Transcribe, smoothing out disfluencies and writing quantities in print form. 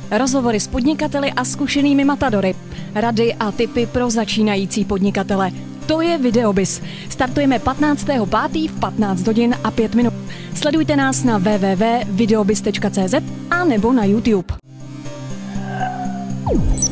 Rozhovory s podnikateli a zkušenými matadory. Rady a tipy pro začínající podnikatele. To je Videobiz. Startujeme 15.5. v 15 hodin a 5 minut. Sledujte nás na www.videobiz.cz a nebo na YouTube.